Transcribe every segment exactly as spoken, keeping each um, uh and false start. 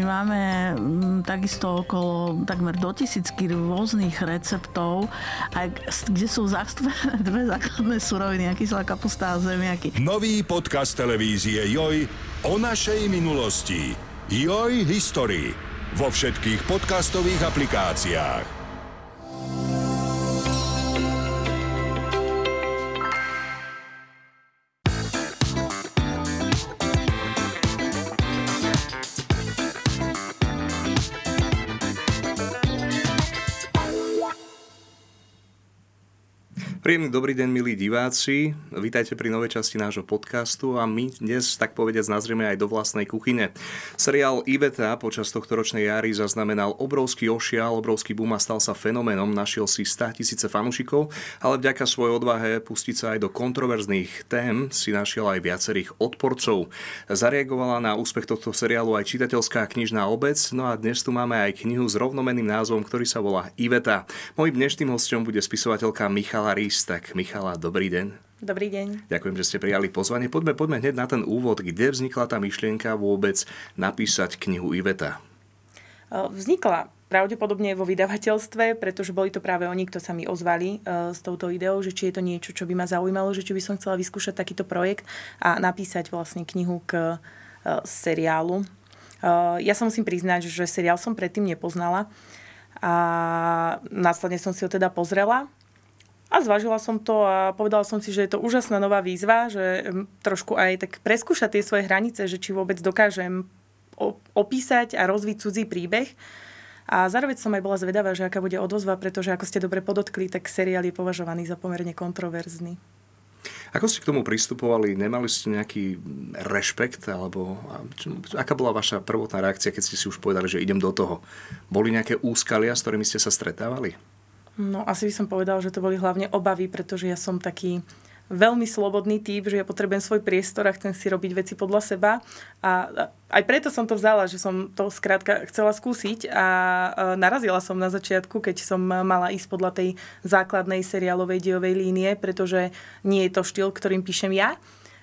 máme takisto okolo takmer do tisícky rôznych receptov, aj kde sú zastúpené dve základné suroviny, kyslá kapusta a zemiaky. Nový podcast televízie Joj o našej minulosti. Joj History vo všetkých podcastových aplikáciách. Príjemný dobrý deň, milí diváci. Vítajte pri novej časti nášho podcastu a my dnes, tak povediac, nazrieme aj do vlastnej kuchyne. Seriál Iveta počas tohto ročnej jary zaznamenal obrovský ošial, obrovský boom a stal sa fenoménom. Našiel si státisíce fanúšikov, ale vďaka svojej odvahe pustiť sa aj do kontroverzných tém si našiel aj viacerých odporcov. Zareagovala na úspech tohto seriálu aj čitateľská knižná obec, no a dnes tu máme aj knihu s rovnomenným názvom, ktorý sa volá Iveta. Mojím dnešným hosťom bude spisovateľka Michala Rís. Tak Michala, dobrý deň. Dobrý deň. Ďakujem, že ste prijali pozvanie. Poďme, poďme hneď na ten úvod. Kde vznikla tá myšlienka vôbec napísať knihu Iveta? Vznikla pravdepodobne vo vydavateľstve, pretože boli to práve oni, kto sa mi ozvali s touto ideou, že či je to niečo, čo by ma zaujímalo, že či by som chcela vyskúšať takýto projekt a napísať vlastne knihu k seriálu. Ja sa musím priznať, že seriál som predtým nepoznala a následne som si ho teda pozrela. A zvážila som to a povedala som si, že je to úžasná nová výzva, že trošku aj tak preskúšať tie svoje hranice, že či vôbec dokážem opísať a rozviť cudzí príbeh. A zároveň som aj bola zvedavá, že aká bude odozva, pretože ako ste dobre podotkli, tak seriál je považovaný za pomerne kontroverzný. Ako ste k tomu pristupovali? Nemali ste nejaký rešpekt? Alebo aká bola vaša prvotná reakcia, keď ste si už povedali, že idem do toho? Boli nejaké úskalia, s ktorými ste sa stretávali? No asi by som povedal, že to boli hlavne obavy, pretože ja som taký veľmi slobodný typ, že ja potrebujem svoj priestor a chcem si robiť veci podľa seba. A aj preto som to vzala, že som to skrátka chcela skúsiť a narazila som na začiatku, keď som mala ísť podľa tej základnej seriálovej dejovej línie, pretože nie je to štýl, ktorým píšem ja.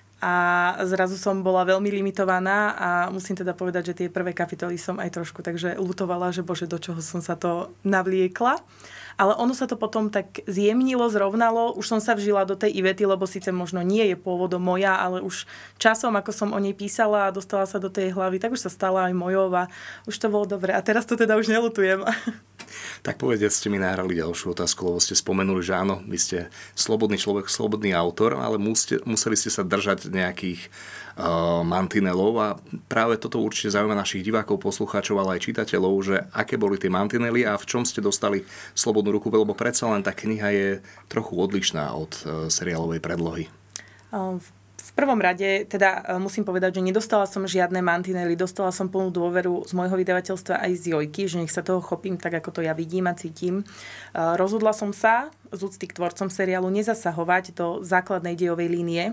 A zrazu som bola veľmi limitovaná a musím teda povedať, že tie prvé kapitoly som aj trošku takže ľutovala, že bože, do čoho som sa to navliekla. Ale ono sa to potom tak zjemnilo, zrovnalo. Už som sa vžila do tej Ivety, lebo síce možno nie je pôvodom moja, ale už časom, ako som o nej písala a dostala sa do tej hlavy, tak už sa stala aj mojou a už to bolo dobre. A teraz to teda už neľutujem. Tak povedať, ste mi nahrali ďalšiu otázku, lebo ste spomenuli, že áno, vy ste slobodný človek, slobodný autor, ale museli, museli ste sa držať nejakých uh, mantinelov a práve toto určite zaujíma našich divákov, poslucháčov, ale aj čitateľov, že aké boli tie mantinely a v čom ste dostali slobodnú ruku, lebo predsa len tá kniha je trochu odlišná od uh, seriálovej predlohy. Um. V prvom rade teda musím povedať, že nedostala som žiadne mantinely, dostala som plnú dôveru z môjho vydavateľstva aj z Jojky, že nech sa toho chopím tak, ako to ja vidím a cítim. Rozhodla som sa z úcty k tvorcom seriálu nezasahovať do základnej dejovej línie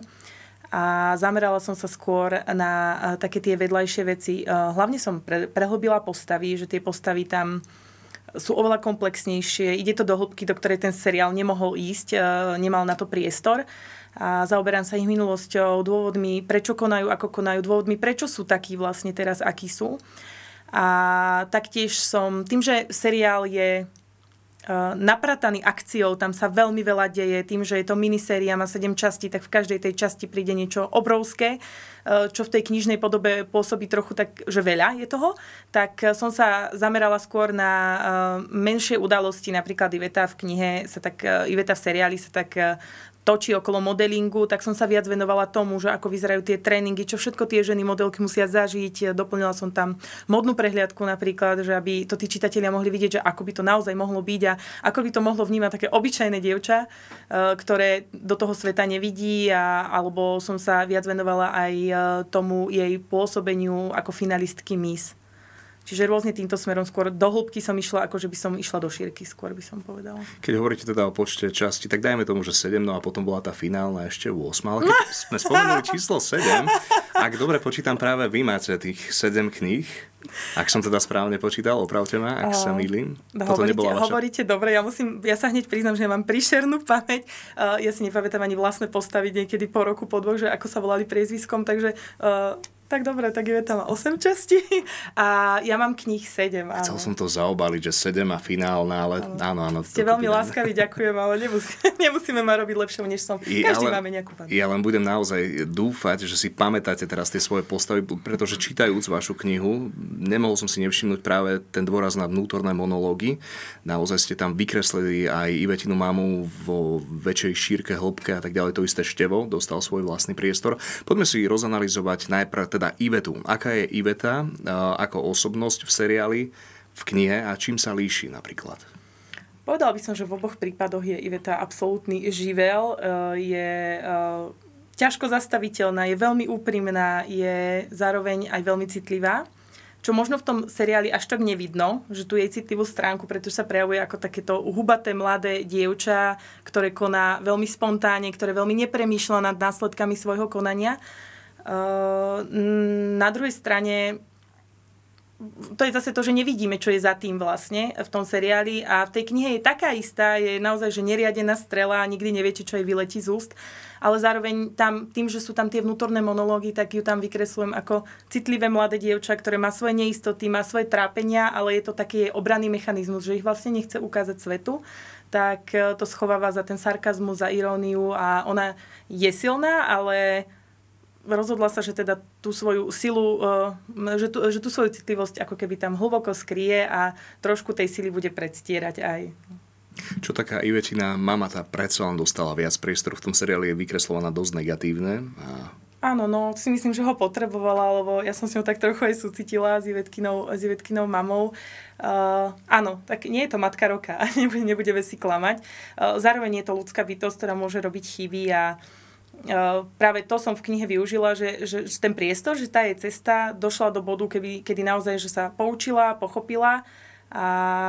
a zamerala som sa skôr na také tie vedľajšie veci. Hlavne som pre, prehlbila postavy, že tie postavy tam sú oveľa komplexnejšie. Ide to do hĺbky, do ktorej ten seriál nemohol ísť, nemal na to priestor. A zaoberám sa ich minulosťou, dôvodmi, prečo konajú, ako konajú, dôvodmi, prečo sú takí vlastne teraz, akí sú. A taktiež som, tým, že seriál je naprataný akciou, tam sa veľmi veľa deje, tým, že je to miniséria, má sedem častí, tak v každej tej časti príde niečo obrovské, čo v tej knižnej podobe pôsobí trochu tak, že veľa je toho, tak som sa zamerala skôr na menšie udalosti, napríklad Iveta v knihe, sa tak, Iveta v seriáli sa tak točí okolo modelingu, tak som sa viac venovala tomu, že ako vyzerajú tie tréningy, čo všetko tie ženy modelky musia zažiť. Doplnila som tam modnú prehliadku napríklad, že aby to tí čitatelia mohli vidieť, že ako by to naozaj mohlo byť a ako by to mohlo vnímať také obyčajné dievča, ktoré do toho sveta nevidí, a, alebo som sa viac venovala aj tomu jej pôsobeniu ako finalistky Miss. Čiže rôzne týmto smerom skôr do hĺbky som išla, ako že by som išla do šírky, skôr by som povedala. Keď hovoríte teda o počte časti, tak dajme tomu, že sedem, no a potom bola tá finálna ešte osem. Ale keď sme spomenuli číslo sedem, ak dobre počítam, práve vy máte tých sedem kníh. Ak som teda správne počítal, opravte ma, ak uh, sa mýlim. Toto hovoríte, nebola vaša... hovoríte dobre, ja musím, ja sa hneď priznám, že ja mám príšernú pamäť. Uh, ja si nepamätám ani vlastné postavy niekedy po roku, po dvoch, že ako sa volali priezviskom, takže... Uh, tak dobre, tak Iveta má osem častí a ja mám kníh sedem. Áno. Chcel som to zaobaliť, že sedem a finálna, ale áno, áno. Ste veľmi láskaví, ďakujem, ale nemusí, nemusíme ma robiť lepšou, než som. Každý ale, máme nejakú pamäť. Ja len budem naozaj dúfať, že si pamätáte teraz tie svoje postavy, pretože čítajúc vašu knihu, nemohol som si nevšimnúť práve ten dôraz na vnútorné monológy. Naozaj ste tam vykreslili aj Ivetinu mamu vo väčšej šírke, hĺbke a tak ďalej. To isté Števo dostal svoj vlastný priestor. Poďme si rozanalizovať najprv teda Ivetu. Aká je Iveta ako osobnosť v seriáli, v knihe a čím sa líši napríklad? Povedal by som, že v oboch prípadoch je Iveta absolútny živel. Je ťažko zastaviteľná, je veľmi úprimná, je zároveň aj veľmi citlivá. Čo možno v tom seriáli až tak nevidno, že tu jej citlivú stránku, pretože sa prejavuje ako takéto hubaté mladé dievča, ktoré koná veľmi spontánne, ktoré veľmi nepremýšľa nad následkami svojho konania. Na druhej strane to je zase to, že nevidíme, čo je za tým vlastne v tom seriáli a v tej knihe je taká istá, je naozaj, že neriadená strela, nikdy neviete, čo jej vyletí z úst, ale zároveň tam, tým, že sú tam tie vnútorné monológy, tak ju tam vykresľujem ako citlivé mladé dievča, ktoré má svoje neistoty, má svoje trápenia, ale je to taký jej obranný mechanizmus, že ich vlastne nechce ukázať svetu, tak to schováva za ten sarkazmus, za iróniu a ona je silná, ale rozhodla sa, že teda tú svoju silu, že tú, že tú svoju citlivosť ako keby tam hlboko skrie a trošku tej sily bude predstierať aj. Čo taká Ivetina mama, tá predsa len dostala viac priestoru v tom seriáli, je vykreslovaná dosť negatívne. A... Áno, no si myslím, že ho potrebovala, lebo ja som s ňou tak trochu aj súcitila s Ivetkinou, s Ivetkinou mamou. Uh, áno, tak nie je to matka roka, nebude, nebudeme si klamať. Uh, zároveň je to ľudská bytosť, ktorá môže robiť chyby a Uh, práve to som v knihe využila, že, že, že ten priestor, že tá jej cesta došla do bodu, keby, kedy naozaj že sa poučila, pochopila a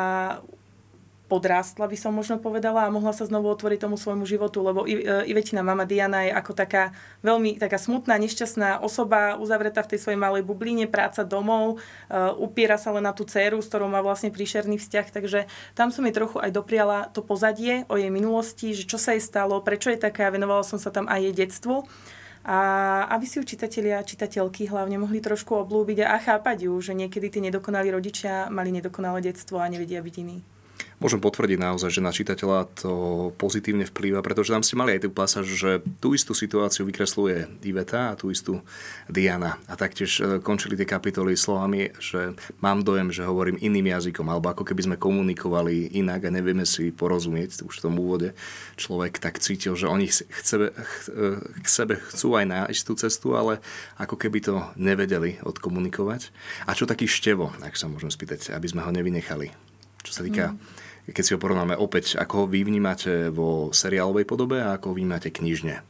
podrástla, by som možno povedala, a mohla sa znovu otvoriť tomu svojmu životu, lebo Ivetina mama Diana je ako taká veľmi taká smutná, nešťastná osoba, uzavretá v tej svojej malej bubline, práca domov, uh, upiera sa len na tú dcéru, s ktorou má vlastne príšerný vzťah, takže tam som jej trochu aj dopriala to pozadie o jej minulosti, že čo sa jej stalo, prečo je taká, venovala som sa tam aj jej detstvu. A aby si ju čitatelia a čitateľky hlavne mohli trošku oblúbiť a chápať ju, že niekedy tí nedokonalí rodičia mali nedokonalé detstvo a nevedia byť iní. Môžem potvrdiť naozaj, že na čitateľa to pozitívne vplýva, pretože tam ste mali aj tú pasáž, že tú istú situáciu vykresluje Iveta a tú istú Diana. A taktiež končili tie kapitoly slovami, že mám dojem, že hovorím iným jazykom, alebo ako keby sme komunikovali inak a nevieme si porozumieť. Už v tom úvode človek tak cítil, že oni chce, k sebe chcú aj nájsť tú cestu, ale ako keby to nevedeli odkomunikovať. A čo taký Števo, ak sa môžem spýtať, aby sme ho nevynechali? Čo sa týka... Mm. Keď si ho porovnáme opäť, ako ho vy vnímate vo seriálovej podobe a ako ho vnímate knižne?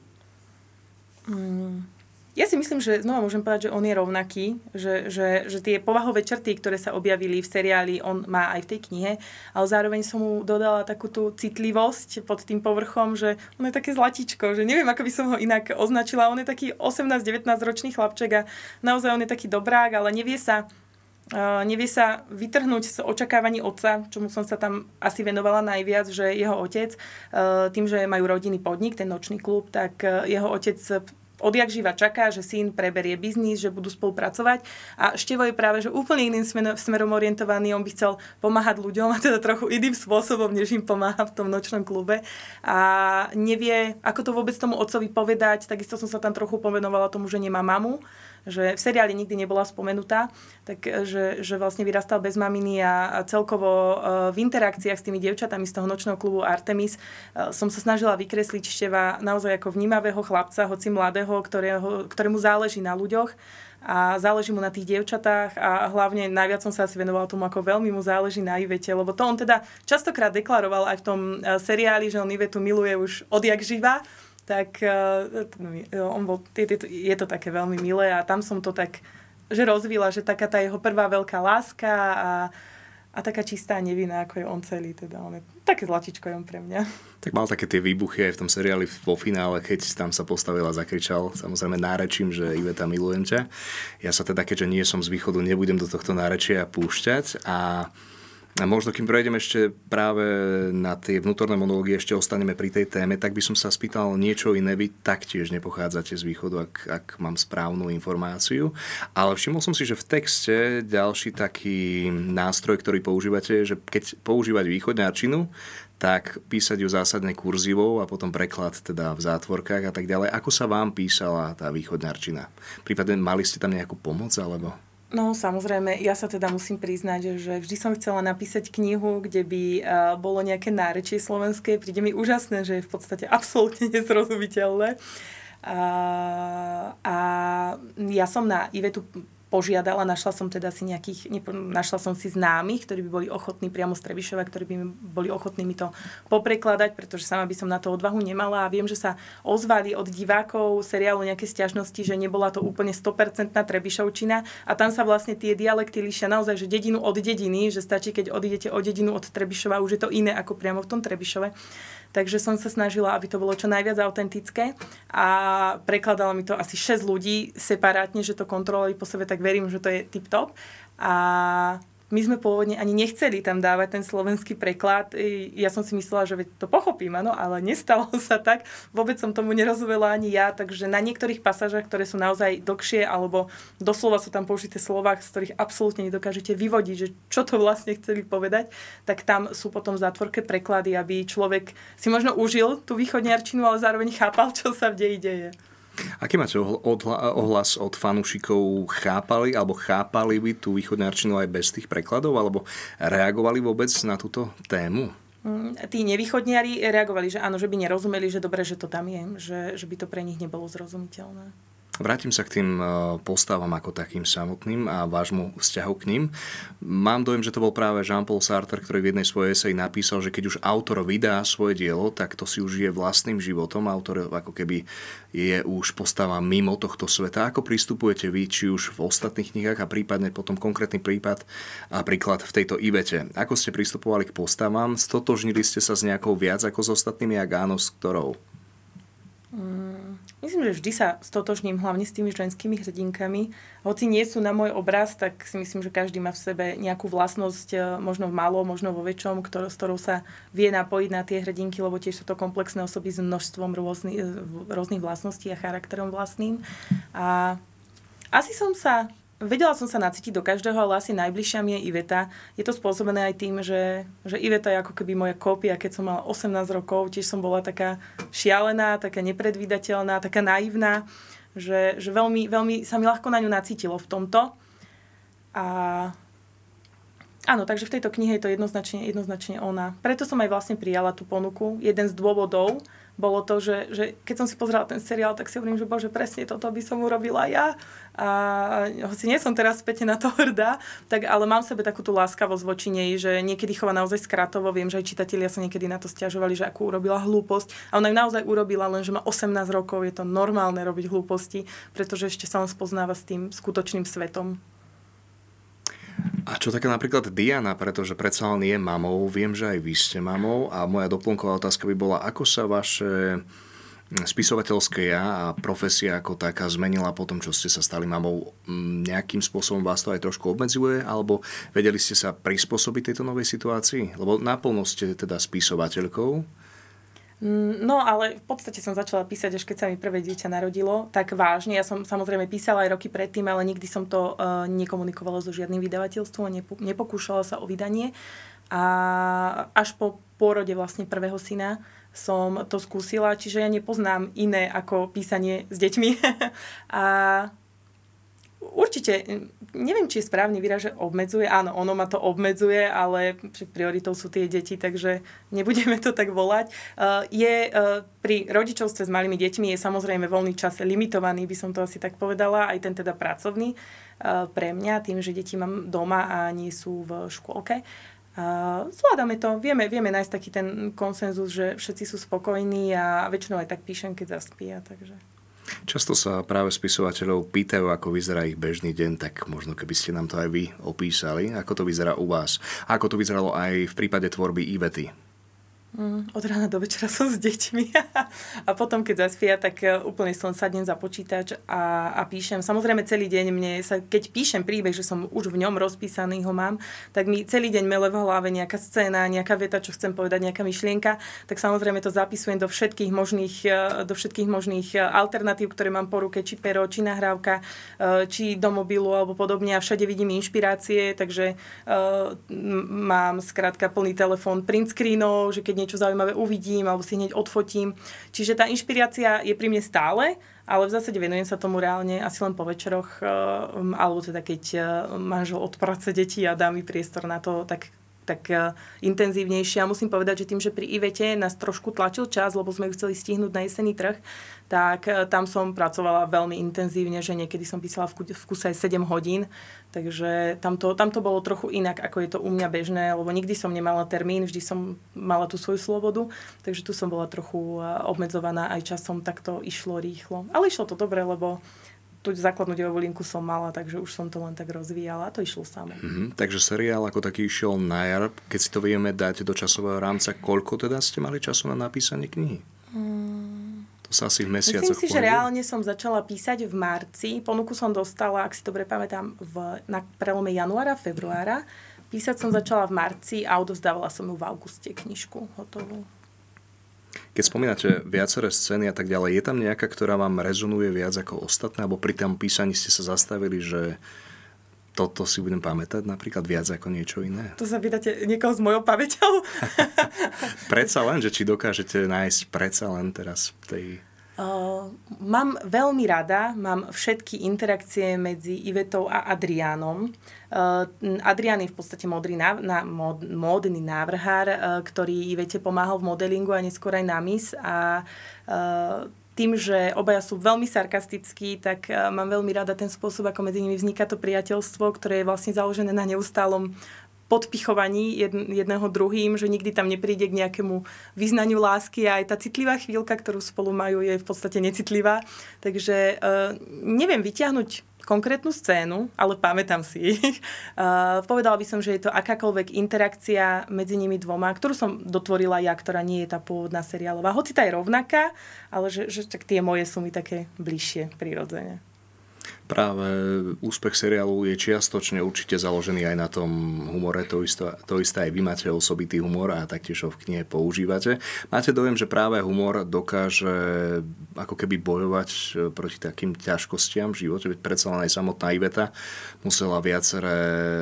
Mm. Ja si myslím, že znova môžem povedať, že on je rovnaký, že, že, že tie povahové črty, ktoré sa objavili v seriáli, on má aj v tej knihe, ale zároveň som mu dodala takú tú citlivosť pod tým povrchom, že on je také zlatičko, že neviem, ako by som ho inak označila. On je taký osemnásť devätnásť ročný chlapček a naozaj on je taký dobrák, ale nevie sa Uh, nevie sa vytrhnúť z očakávaní otca, čomu som sa tam asi venovala najviac, že jeho otec, uh, tým, že majú rodinný podnik, ten nočný klub, tak uh, jeho otec odjak živa čaká, že syn preberie biznis, že budú spolupracovať a Števo je práve že úplne iným smerom orientovaný, on by chcel pomáhať ľuďom a teda trochu iným spôsobom, než im pomáha v tom nočnom klube a nevie, ako to vôbec tomu otcovi povedať, takisto som sa tam trochu povenovala tomu, že nemá mamu, že v seriáli nikdy nebola spomenutá, takže že vlastne vyrastal bez maminy a, a celkovo v interakciách s tými dievčatami z toho nočného klubu Artemis som sa snažila vykresliť Števa naozaj ako vnímavého chlapca, hoci mladého, ktorého, ktorému záleží na ľuďoch a záleží mu na tých dievčatách a hlavne najviac som sa asi venovala tomu, ako veľmi mu záleží na Ivete, lebo to on teda častokrát deklaroval aj v tom seriáli, že on Ivetu miluje už odjak živa, tak on bol, je to také veľmi milé a tam som to tak, že rozvila, že taká tá jeho prvá veľká láska a a taká čistá nevinná, ako je on celý. Teda on je také zlatičko je on pre mňa. Tak mal také tie výbuchy aj v tom seriáli vo finále, keď tam sa postavil a zakričal, samozrejme nárečím, že Iveta, milujem ťa. Ja sa teda, keďže nie som z východu, nebudem do tohto nárečia púšťať a A možno, kým prejdeme ešte práve na tie vnútorné monológie, ešte ostaneme pri tej téme, tak by som sa spýtal niečo iné. Vy taktiež nepochádzate z východu, ak, ak mám správnu informáciu. Ale všimol som si, že v texte ďalší taký nástroj, ktorý používate, že keď používať východňarčinu, tak písať ju zásadne kurzívou a potom preklad teda v zátvorkách a tak ďalej. Ako sa vám písala tá východňarčina? Prípadne mali ste tam nejakú pomoc, alebo... No samozrejme, ja sa teda musím priznať, že vždy som chcela napísať knihu, kde by uh, bolo nejaké nárečie slovenské. Príde mi úžasné, že je v podstate absolútne nezrozumiteľné. Uh, a ja som na Ivetu požiadala, našla som teda si nejakých, našla som si známych, ktorí by boli ochotní priamo z Trebišova, ktorí by boli ochotní mi to poprekladať, pretože sama by som na to odvahu nemala a viem, že sa ozvali od divákov seriálu nejaké sťažnosti, že nebola to úplne sto percent Trebišovčina a tam sa vlastne tie dialekty líšia naozaj, že dedinu od dediny, že stačí, keď odídete od dedinu od Trebišova, už je to iné ako priamo v tom Trebišove. Takže som sa snažila, aby to bolo čo najviac autentické a prekladalo mi to asi šesť ľudí separátne, že to kontrolovali po sebe, tak verím, že to je tip-top. A my sme pôvodne ani nechceli tam dávať ten slovenský preklad. Ja som si myslela, že to pochopím, áno, ale nestalo sa tak. Vôbec som tomu nerozumela ani ja, takže na niektorých pasážach, ktoré sú naozaj dlhšie, alebo doslova sú tam použité slová, z ktorých absolútne nedokážete vyvodiť, že čo to vlastne chceli povedať, tak tam sú potom v zátvorke preklady, aby človek si možno užil tú východňarčinu, ale zároveň chápal, čo sa v deji deje. Aký máte ohlas od fanúšikov? Chápali alebo chápali by tú východňarčinu aj bez tých prekladov? Alebo reagovali vôbec na túto tému? Tí nevýchodniari reagovali, že áno, že by nerozumeli, že dobre, že to tam je, že, že by to pre nich nebolo zrozumiteľné. Vrátim sa k tým postavám ako takým samotným a vášmu vzťahu k ním. Mám dojem, že to bol práve Jean-Paul Sartre, ktorý v jednej svojej eseji napísal, že keď už autor vydá svoje dielo, tak to si už žije vlastným životom. Autor ako keby je už postava mimo tohto sveta. Ako pristupujete vy, či už v ostatných knihách a prípadne potom konkrétny prípad a príklad v tejto Ivete? Ako ste pristupovali k postavám? Stotožnili ste sa s nejakou viac ako s ostatnými, ak áno, s ktorou? Mm, myslím, že vždy sa stotožním hlavne s tými ženskými hrdinkami. Hoci nie sú na môj obraz, tak si myslím, že každý má v sebe nejakú vlastnosť, možno v malom, možno vo väčšom, ktor- s ktorou sa vie napojiť na tie hrdinky, lebo tiež sú to komplexné osoby s množstvom rôzny, rôznych vlastností a charakterom vlastným. A asi som sa... Vedela som sa nacítiť do každého, ale asi najbližšia mi je Iveta. Je to spôsobené aj tým, že, že Iveta je ako keby moja kópia. Keď som mala osemnásť rokov, tiež som bola taká šialená, taká nepredvídateľná, taká naivná, že, že veľmi, veľmi sa mi ľahko na ňu nacítilo v tomto. A áno, takže v tejto knihe je to jednoznačne, jednoznačne ona. Preto som aj vlastne prijala tú ponuku. Jeden z dôvodov bolo to, že, že keď som si pozerala ten seriál, tak si hovorím, že bože, presne toto by som urobila ja. A hoci nie som teraz späť na to hrdá, tak ale mám v sebe takú tú láskavosť voči nej, že niekedy chová naozaj skratovo. Viem, že aj čitatelia sa niekedy na to sťažovali, že akú urobila hlúposť. A ona ju naozaj urobila, lenže má osemnásť rokov. Je to normálne robiť hlúposti, pretože ešte sa on spoznáva s tým skutočným svetom. A čo taká napríklad Diana, pretože predsa len je mamou, viem, že aj vy ste mamou a moja doplnková otázka by bola, ako sa vaše spisovateľské ja a profesia ako taká zmenila po tom, čo ste sa stali mamou? Nejakým spôsobom vás to aj trošku obmedzuje, alebo vedeli ste sa prispôsobiť tejto novej situácii? Lebo naplno ste teda spisovateľkou. No, ale v podstate som začala písať, až keď sa mi prvé dieťa narodilo, tak vážne. Ja som samozrejme písala aj roky predtým, ale nikdy som to uh, nekomunikovala so žiadnym vydavateľstvom a nepo, nepokúšala sa o vydanie. A až po pôrode vlastne prvého syna som to skúsila, čiže ja nepoznám iné ako písanie s deťmi. A určite, neviem, či je správny výraz, že obmedzuje. Áno, ono ma to obmedzuje, ale prioritou sú tie deti, takže nebudeme to tak volať. Uh, je uh, pri rodičovstve s malými deťmi je samozrejme voľný čas limitovaný, by som to asi tak povedala, aj ten teda pracovný uh, pre mňa, tým, že deti mám doma a nie sú v škôlke. Uh, zvládame to, vieme, vieme nájsť taký ten konsenzus, že všetci sú spokojní a väčšinou aj tak píšem, keď zaspia, takže... Často sa práve spisovateľov pýtajú, ako vyzerá ich bežný deň, tak možno keby ste nám to aj vy opísali, ako to vyzerá u vás. A ako to vyzeralo aj v prípade tvorby Ivety. Mm, od rána do večera som s deťmi a potom, keď zaspia, tak úplne som sadnem za počítač a, a píšem. Samozrejme, celý deň mne sa, keď píšem príbeh, že som už v ňom rozpísaný, ho mám, tak mi celý deň mele v hlave nejaká scéna, nejaká veta, čo chcem povedať, nejaká myšlienka, tak samozrejme to zapisujem do všetkých možných, do všetkých možných alternatív, ktoré mám po ruke, či pero, či nahrávka, či do mobilu alebo podobne a všade vidím inšpirácie, takže uh, mám skrátka plný telefón print screenov, že keď niečo zaujímavé uvidím alebo si hneď odfotím. Čiže tá inšpirácia je pri mne stále, ale v zásade venujem sa tomu reálne asi len po večeroch, alebo teda keď manžel odprace deti a dá mi priestor na to, tak tak intenzívnejšie. A musím povedať, že tým, že pri Ivete nás trošku tlačil čas, lebo sme ju chceli stihnúť na jesenný trh, tak tam som pracovala veľmi intenzívne, že niekedy som písala v kuse aj sedem hodín, takže tam to, tam to bolo trochu inak, ako je to u mňa bežné, lebo nikdy som nemala termín, vždy som mala tú svoju slobodu, takže tu som bola trochu obmedzovaná aj časom, tak to išlo rýchlo. Ale išlo to dobre, lebo tú základnú dejovú linku som mala, takže už som to len tak rozvíjala a to išlo samo. Mm-hmm. Takže seriál ako taký išiel na jar. Keď si to vieme dať do časového rámca, koľko teda ste mali času na napísanie knihy? Mm. To sa asi v mesiacoch Myslím si, že reálne som začala písať v marci. Ponuku som dostala, ak si dobre pamätám, v, na prelome januára, februára. Písať som začala v marci a odovzdávala som ju v auguste knižku hotovú. Keď spomínate viaceré scény a tak ďalej, je tam nejaká, ktorá vám rezonuje viac ako ostatné? Alebo pri tom písaní ste sa zastavili, že toto si budem pamätať napríklad viac ako niečo iné? To sa vydáte niekoho s mojou pamäťou? Predsa len, že či dokážete nájsť predsa len teraz v tej... Uh, mám veľmi rada, mám všetky interakcie medzi Ivetou a Adriánom. Uh, Adrián je v podstate modrý náv- na, mod, módny návrhár, uh, ktorý Ivete pomáhal v modelingu a neskôr aj na Miss. A uh, tým, že obaja sú veľmi sarkastickí, tak uh, mám veľmi rada ten spôsob, ako medzi nimi vzniká to priateľstvo, ktoré je vlastne založené na neustálom podpichovaní jedného druhým, že nikdy tam nepríde k nejakému vyznaniu lásky a aj tá citlivá chvíľka, ktorú spolu majú, je v podstate necitlivá. Takže uh, neviem vyťahnuť konkrétnu scénu, ale pamätám si ich. Uh, povedala by som, že je to akákoľvek interakcia medzi nimi dvoma, ktorú som dotvorila ja, ktorá nie je tá pôvodná seriálová. Hoci tá je rovnaká, ale že, že tak tie moje sú mi také bližšie prirodzene. Práve úspech seriálu je čiastočne určite založený aj na tom humore. To isté, to isté aj vy máte osobitý humor a taktiež ho v knihe používate. Máte dojem, že práve humor dokáže ako keby bojovať proti takým ťažkostiam v živote? Veď predsa len aj samotná Iveta musela viaceré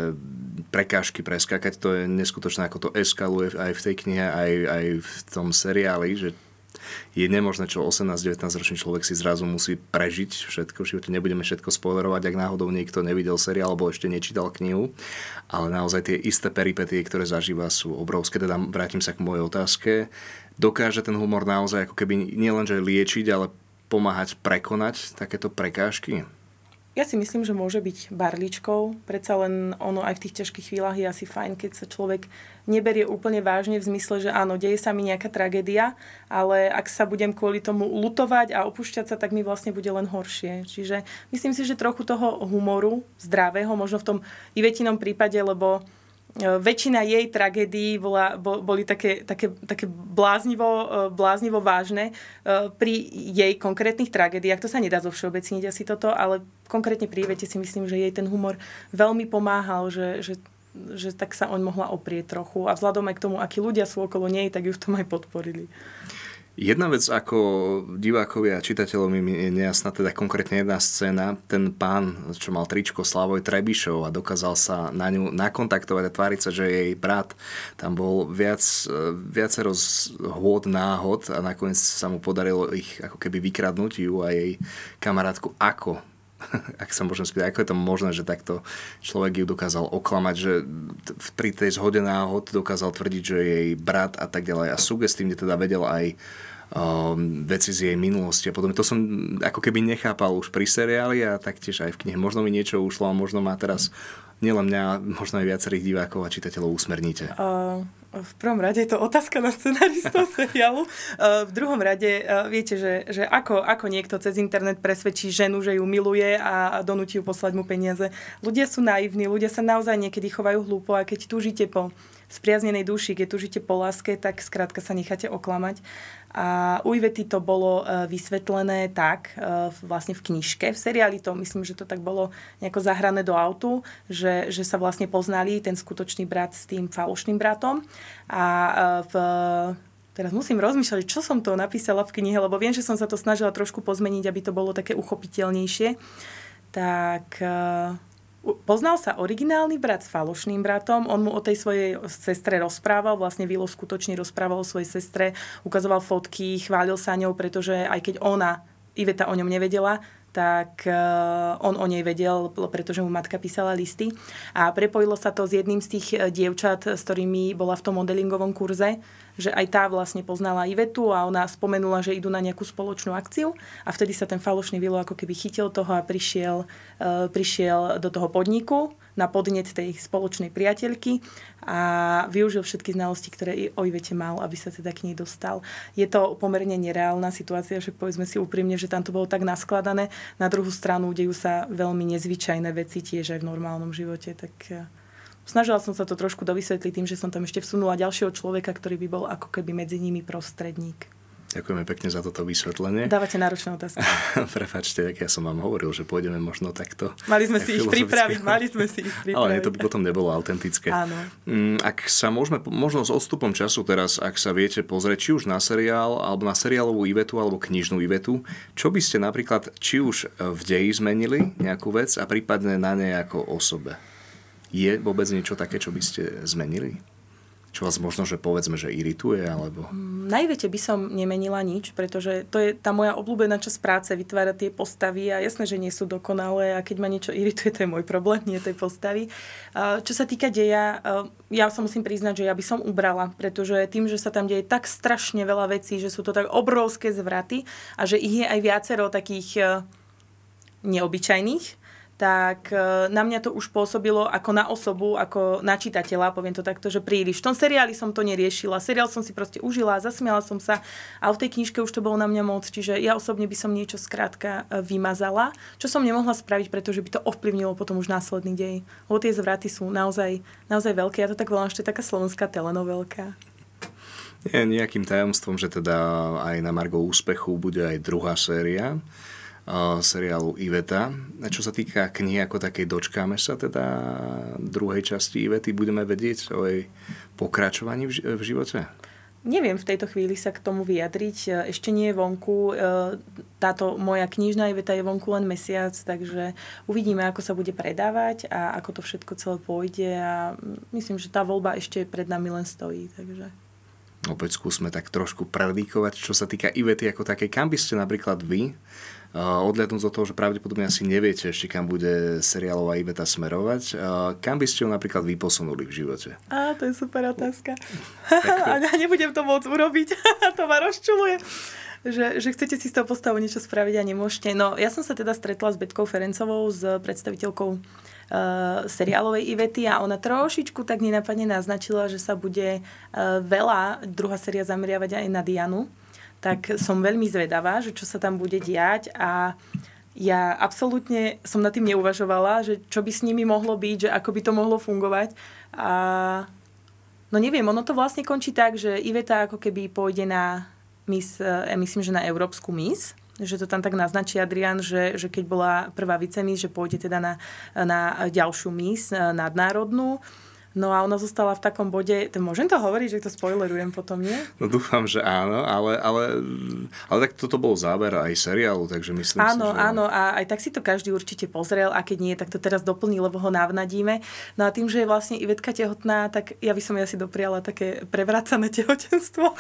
prekážky preskákať. To je neskutočné, ako to eskaluje aj v tej knihe, aj, aj v tom seriáli, že je nemožné, čo osemnásť devätnásť ročný človek si zrazu musí prežiť všetko v živote. Nebudeme všetko spoilerovať, ak náhodou niekto nevidel seriál alebo ešte nečítal knihu, ale naozaj tie isté peripetie, ktoré zažíva, sú obrovské. Teda vrátim sa k mojej otázke. Dokáže ten humor naozaj ako keby nielenže liečiť, ale pomáhať prekonať takéto prekážky? Ja si myslím, že môže byť barličkou. Predsa len ono aj v tých ťažkých chvíľach je asi fajn, keď sa človek neberie úplne vážne v zmysle, že áno, deje sa mi nejaká tragédia, ale ak sa budem kvôli tomu lutovať a opúšťať sa, tak mi vlastne bude len horšie. Čiže myslím si, že trochu toho humoru zdravého, možno v tom Ivetinom prípade, lebo väčšina jej tragédií bola, boli také, také, také bláznivo, bláznivo vážne pri jej konkrétnych tragédiách. To sa nedá zo všeobecniť asi toto, ale konkrétne pri Ivete si myslím, že jej ten humor veľmi pomáhal, že, že, že tak sa oň mohla oprieť trochu. A vzhľadom aj k tomu, akí ľudia sú okolo nej, tak ju v tom aj podporili. Jedna vec ako divákovia a čitateľom je nejasná, teda konkrétne jedna scéna, ten pán, čo mal tričko Slavoj Trebišov a dokázal sa na ňu nakontaktovať a tváriť sa, že jej brat, tam bol viac, viacero hôd náhod a nakoniec sa mu podarilo ich ako keby vykradnúť ju a jej kamarátku. Ako? Ak sa môžem spýtať, ako je to možné, že takto človek ju dokázal oklamať, že pri tej zhode náhod dokázal tvrdiť, že jej brat a tak ďalej a sugestívne teda vedel aj um, veci z jej minulosti a potom to som ako keby nechápal už pri seriáli a taktiež aj v knihe. Možno mi niečo ušlo a možno má teraz nielen mňa, možno aj viacerých divákov a čitateľov usmerníte. Uh, V prvom rade je to otázka na scenaristov seriálu. V druhom rade viete, že, že ako, ako niekto cez internet presvedčí ženu, že ju miluje a donúti ju poslať mu peniaze. Ľudia sú naivní, ľudia sa naozaj niekedy chovajú hlúpo a keď túžite po spriaznenej duši, keď túžite po láske, tak skrátka sa necháte oklamať. A u Ivety to bolo vysvetlené tak, vlastne v knižke. V seriáli to, myslím, že to tak bolo nejako zahrané do autu, že, že sa vlastne poznali ten skutočný brat s tým falošným bratom. A v... Teraz musím rozmýšľať, čo som to napísala v knihe, lebo viem, že som sa to snažila trošku pozmeniť, aby to bolo také uchopiteľnejšie. Tak... Poznal sa originálny brat s falošným bratom, on mu o tej svojej sestre rozprával, vlastne Vilo skutočne rozprával o svojej sestre, ukazoval fotky, chválil sa ňou, pretože aj keď ona, Iveta o ňom nevedela, tak on o nej vedel, pretože mu matka písala listy. A prepojilo sa to s jedným z tých dievčat, s ktorými bola v tom modelingovom kurze, že aj tá vlastne poznala Ivetu a ona spomenula, že idú na nejakú spoločnú akciu a vtedy sa ten falošný Vilo ako keby chytil toho a prišiel, uh, prišiel do toho podniku na podnet tej spoločnej priateľky a využil všetky znalosti, ktoré o Ivete mal, aby sa teda k nej dostal. Je to pomerne nereálna situácia, že povedzme si úprimne, že tam to bolo tak naskladané. Na druhú stranu dejú sa veľmi nezvyčajné veci tiež aj v normálnom živote, tak... Snažila som sa to trošku dovysvetliť tým, že som tam ešte vsunula ďalšieho človeka, ktorý by bol ako keby medzi nimi prostredník. Ďakujeme pekne za toto vysvetlenie. Dávate náročné otázky. Prepáčte, tak ja som vám hovoril, že pôjdeme možno takto. Mali sme si ich pripraviť, mali sme si ich pripraviť. Ale to by potom nebolo autentické. Áno. Ak sa môžeme, možno s odstupom času teraz, ak sa viete pozrieť, či už na seriál, alebo na seriálovú Ivetu, alebo knižnú Ivetu, čo by ste napríklad, či už v deji zmenili nejakú vec a prípadne na nej ako osobe? Je vôbec niečo také, čo by ste zmenili? Čo vás možno, že povedzme, že irituje, alebo... Na Ivete by som nemenila nič, pretože to je tá moja obľúbená časť práce, vytvárať tie postavy a jasné, že nie sú dokonalé a keď ma niečo irituje, to je môj problém, nie tej postavy. Čo sa týka deja, ja sa musím priznať, že ja by som ubrala, pretože tým, že sa tam deje tak strašne veľa vecí, že sú to tak obrovské zvraty a že ich je aj viacero takých neobyčajných, tak na mňa to už pôsobilo ako na osobu, ako na čitateľa, poviem to takto, že príliš. V tom seriáli som to neriešila. Seriál som si proste užila, zasmiala som sa a v tej knižke už to bolo na mňa moc. Čiže ja osobne by som niečo skrátka vymazala, čo som nemohla spraviť, pretože by to ovplyvnilo potom už následný dej. Lebo tie zvraty sú naozaj, naozaj veľké. Ja to tak volám, že to je taká slovenská telenovelka. Je nejakým tajomstvom, že teda aj na margo úspechu bude aj druhá séria seriálu Iveta. A čo sa týka knihy ako takej, dočkáme sa teda druhej časti Ivety? Budeme vedieť o jej pokračovaní v živote? Neviem v tejto chvíli sa k tomu vyjadriť. Ešte nie je vonku. Táto moja knižná Iveta je vonku len mesiac, takže uvidíme, ako sa bude predávať a ako to všetko celé pôjde. A myslím, že tá voľba ešte pred nami len stojí. Takže... Opäť skúsme tak trošku predikovať, čo sa týka Ivety ako takej. Kam by ste napríklad vy, odhľadnúť od toho, že pravdepodobne asi neviete ešte, kam bude seriálová Iveta smerovať, kam by ste ju napríklad vy posunuli v živote? Á, to je super otázka. A nebudem to môcť urobiť. To ma rozčuluje. Že, že chcete si z toho postavu niečo spraviť a nemôžete. No, ja som sa teda stretla s Betkou Ferencovou, s predstaviteľkou uh, seriálovej Ivety a ona trošičku tak nenápadne naznačila, že sa bude uh, veľa druhá séria zameriavať aj na Dianu. Tak som veľmi zvedavá, že čo sa tam bude diať a ja absolútne som nad tým neuvažovala, že čo by s nimi mohlo byť, že ako by to mohlo fungovať. A no neviem, ono to vlastne končí tak, že Iveta ako keby pôjde na Miss, ja myslím, že na Európsku Miss, že to tam tak naznačí Adrián, že, že keď bola prvá vicemiss, že pôjde teda na, na ďalšiu Miss, nadnárodnú. No a ona zostala v takom bode, to môžem to hovoriť, že to spoilerujem potom, nie? No dúfam, že áno, ale, ale, ale tak toto bol záver aj seriálu, takže myslím áno, si, že... Áno, a aj tak si to každý určite pozrel a keď nie, tak to teraz doplní, lebo ho navnadíme. No a tým, že je vlastne Ivetka tehotná, tak ja by som ja si dopriala také prevracané tehotenstvo.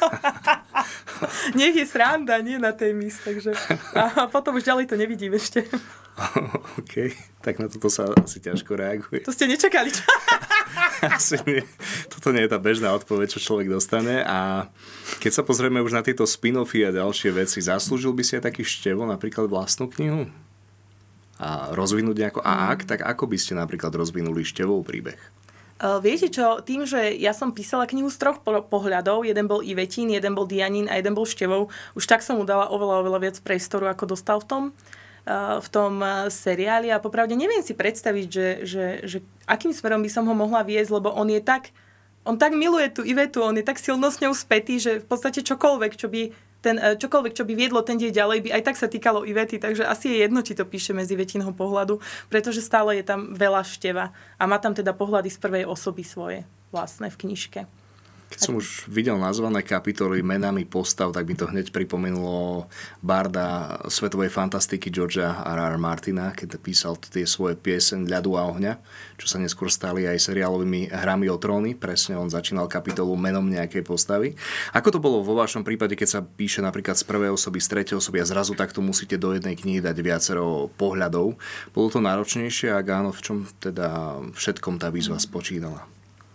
Nech je sranda, nie na tej mis, takže... A potom už ďalej to nevidím ešte. OK, tak na toto sa asi ťažko reaguje. To ste nečakali, čo? Asi nie. Toto nie je tá bežná odpoveď, čo človek dostane. A keď sa pozrieme už na tieto spin-offy a ďalšie veci, zaslúžil by si aj taký Števo napríklad vlastnú knihu? A rozvinúť nejako... A ak, tak ako by ste napríklad rozvinuli Števov príbeh? Uh, viete čo, tým, že ja som písala knihu z troch pohľadov, jeden bol Ivetín, jeden bol Dianín a jeden bol Števov, už tak som mu dala oveľa, oveľa viac priestoru, ako dostal v tom, uh, v tom uh, seriáli a popravde neviem si predstaviť, že, že, že akým smerom by som ho mohla viesť, lebo on je tak, on tak miluje tú Ivetu, on je tak silno s ňou spätý, že v podstate čokoľvek, čo by ten, čokoľvek, čo by viedlo ten deň ďalej, by aj tak sa týkalo Ivety, takže asi je jedno, či to píše medzi Ivetinho pohľadu, pretože stále je tam veľa Števa a má tam teda pohľady z prvej osoby svoje vlastné v knižke. Keď som už videl nazvané kapitoly menami postav, tak mi to hneď pripomenulo barda svetovej fantastiky Georgea R R. Martina, keď písal tie svoje pieseň Ľadu a ohňa, čo sa neskôr stali aj seriálovými Hrami o tróny. Presne on začínal kapitolu menom nejakej postavy. Ako to bolo vo vašom prípade, keď sa píše napríklad z prvej osoby, z tretej osoby a zrazu takto musíte do jednej knihy dať viacero pohľadov? Bolo to náročnejšie a áno, v čom teda všetkom tá výzva spočínala?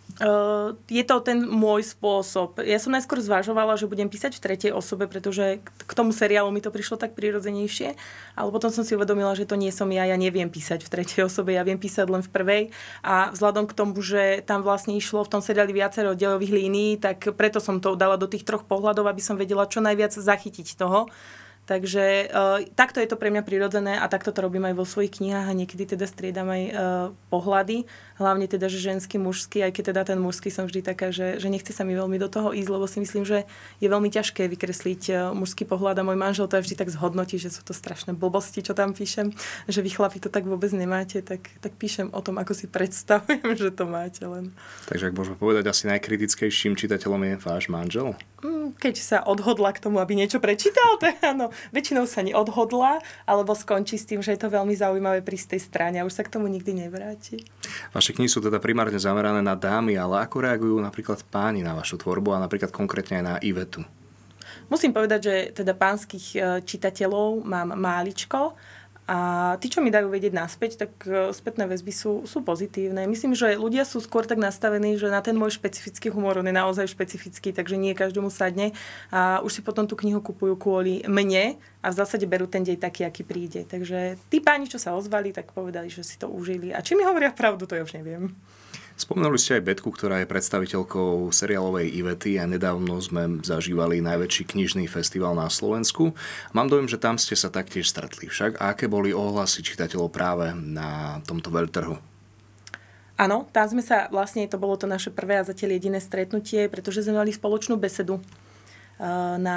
Uh, je to ten môj spôsob. Ja som najskôr zvažovala, že budem písať v tretej osobe, pretože k tomu seriálu mi to prišlo tak prirodzenejšie, ale potom som si uvedomila, že to nie som ja, ja neviem písať v tretej osobe, ja viem písať len v prvej a vzhľadom k tomu, že tam vlastne išlo v tom seriáli viacero dielových línií, tak preto som to dala do tých troch pohľadov, aby som vedela čo najviac zachytiť toho. Takže uh, takto je to pre mňa prirodzené a takto to robím aj vo svojich knihách a niekedy teda striedam aj uh, pohľady, hlavne teda, že ženský, mužský, aj keď teda ten mužský som vždy taká, že, že nechce sa mi veľmi do toho ísť, lebo si myslím, že je veľmi ťažké vykresliť uh, mužský pohľad a môj manžel to aj vždy tak zhodnotí, že sú to strašné blbosti, čo tam píšem, že vy chlapi to tak vôbec nemáte, tak, tak píšem o tom, ako si predstavujem, že to máte len. Takže ak môžeme povedať, asi najkritickejším čitateľom je váš manžel? Keď sa odhodla k tomu, aby niečo prečítal, to áno, väčšinou sa neodhodla, alebo skončí s tým, že je to veľmi zaujímavé pri tej strane a už sa k tomu nikdy nevráti. Vaše knihy sú teda primárne zamerané na dámy, ale ako reagujú napríklad páni na vašu tvorbu a napríklad konkrétne aj na Ivetu? Musím povedať, že teda pánskych čitateľov mám máličko, a tí, čo mi dajú vedieť naspäť, tak spätné väzby sú, sú pozitívne. Myslím, že ľudia sú skôr tak nastavení, že na ten môj špecifický humor, on je naozaj špecifický, takže nie každému sadne. A už si potom tú knihu kupujú kvôli mne a v zásade berú ten deň taký, aký príde. Takže tí páni, čo sa ozvali, tak povedali, že si to užili. A či mi hovoria pravdu, to ja už neviem. Spomenuli ste aj Betku, ktorá je predstaviteľkou seriálovej Ivety a nedávno sme zažívali najväčší knižný festival na Slovensku. Mám dojem, že tam ste sa taktiež stretli však. A aké boli ohlasy čitateľov práve na tomto veľtrhu? Áno, tam sme sa, vlastne to bolo to naše prvé a zatiaľ jediné stretnutie, pretože sme mali spoločnú besedu na,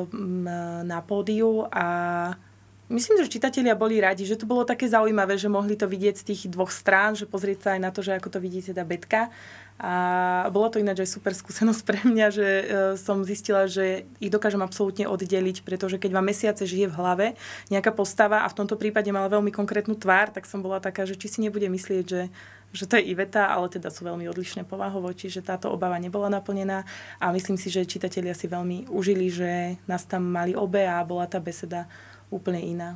na pódiu a myslím, že čitatelia boli radi, že to bolo také zaujímavé, že mohli to vidieť z tých dvoch strán, že pozrieť sa aj na to, že ako to vidí teda Betka. A bolo to ináč aj super skúsenosť pre mňa, že e, som zistila, že ich dokážem absolútne oddeliť, pretože keď vám mesiace žije v hlave nejaká postava a v tomto prípade mala veľmi konkrétnu tvár, tak som bola taká, že či si nebude myslieť, že že to je Iveta, ale teda sú veľmi odlišné povahovo, čiže táto obava nebola naplnená a myslím si, že čitatelia si veľmi užili, že nás tam mali obe a bola tá beseda úplne iná.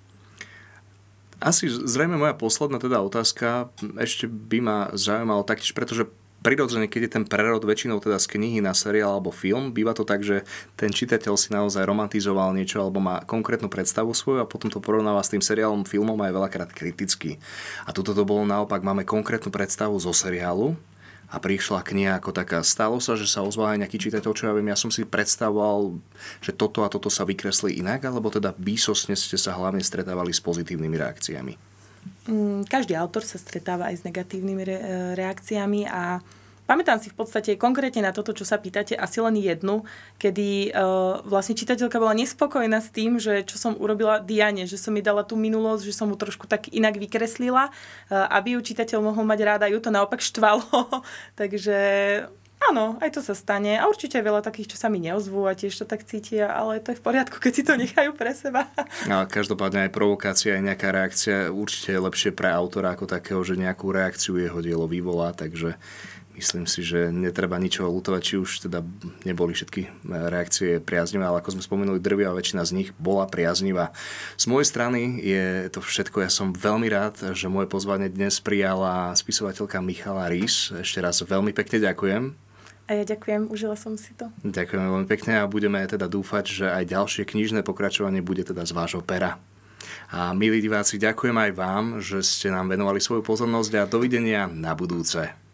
Asi zrejme moja posledná teda otázka ešte by ma zaujímalo taktiež, pretože prirodzene, keď je ten prerod väčšinou teda z knihy na seriál alebo film, býva to tak, že ten čitateľ si naozaj romantizoval niečo alebo má konkrétnu predstavu svoju a potom to porovnáva s tým seriálom, filmom aj veľakrát kriticky. A tuto to bolo naopak, máme konkrétnu predstavu zo seriálu a prišla kniha ako taká. Stalo sa, že sa ozval aj nejaký čitateľ, čo ja viem, ja som si predstavoval, že toto a toto sa vykreslí inak, alebo teda výsostne ste sa hlavne stretávali s pozitívnymi reakciami? Každý autor sa stretáva aj s negatívnymi re- reakciami a pamätám si v podstate konkrétne na toto, čo sa pýtate, asi len jednu, kedy uh, vlastne čitateľka bola nespokojná s tým, že čo som urobila Diane, že som mi dala tú minulosť, že som mu trošku tak inak vykreslila, uh, aby ju čitateľ mohol mať ráda, ju to naopak štvalo. Takže áno, aj to sa stane. A určite je veľa takých, čo sa mi neozvú a tiež to tak cítia, ale to je v poriadku, keď si to nechajú pre seba. No, každopádne aj provokácia, aj nejaká reakcia určite je lepšie pre autora ako takého, že nejakú reakciu jeho dielo vyvolá, takže myslím si, že netreba ničoho ľutovať, či už teda neboli všetky reakcie priaznivé, ale ako sme spomenuli, drvivá väčšina z nich bola priaznivá. Z mojej strany je to všetko. Ja som veľmi rád, že moje pozvanie dnes prijala spisovateľka Michala Rís. Ešte raz veľmi pekne ďakujem. A ja ďakujem, užila som si to. Ďakujeme veľmi pekne a budeme teda dúfať, že aj ďalšie knižné pokračovanie bude teda z vášho pera. A milí diváci, ďakujem aj vám, že ste nám venovali svoju pozornosť a dovidenia na budúce.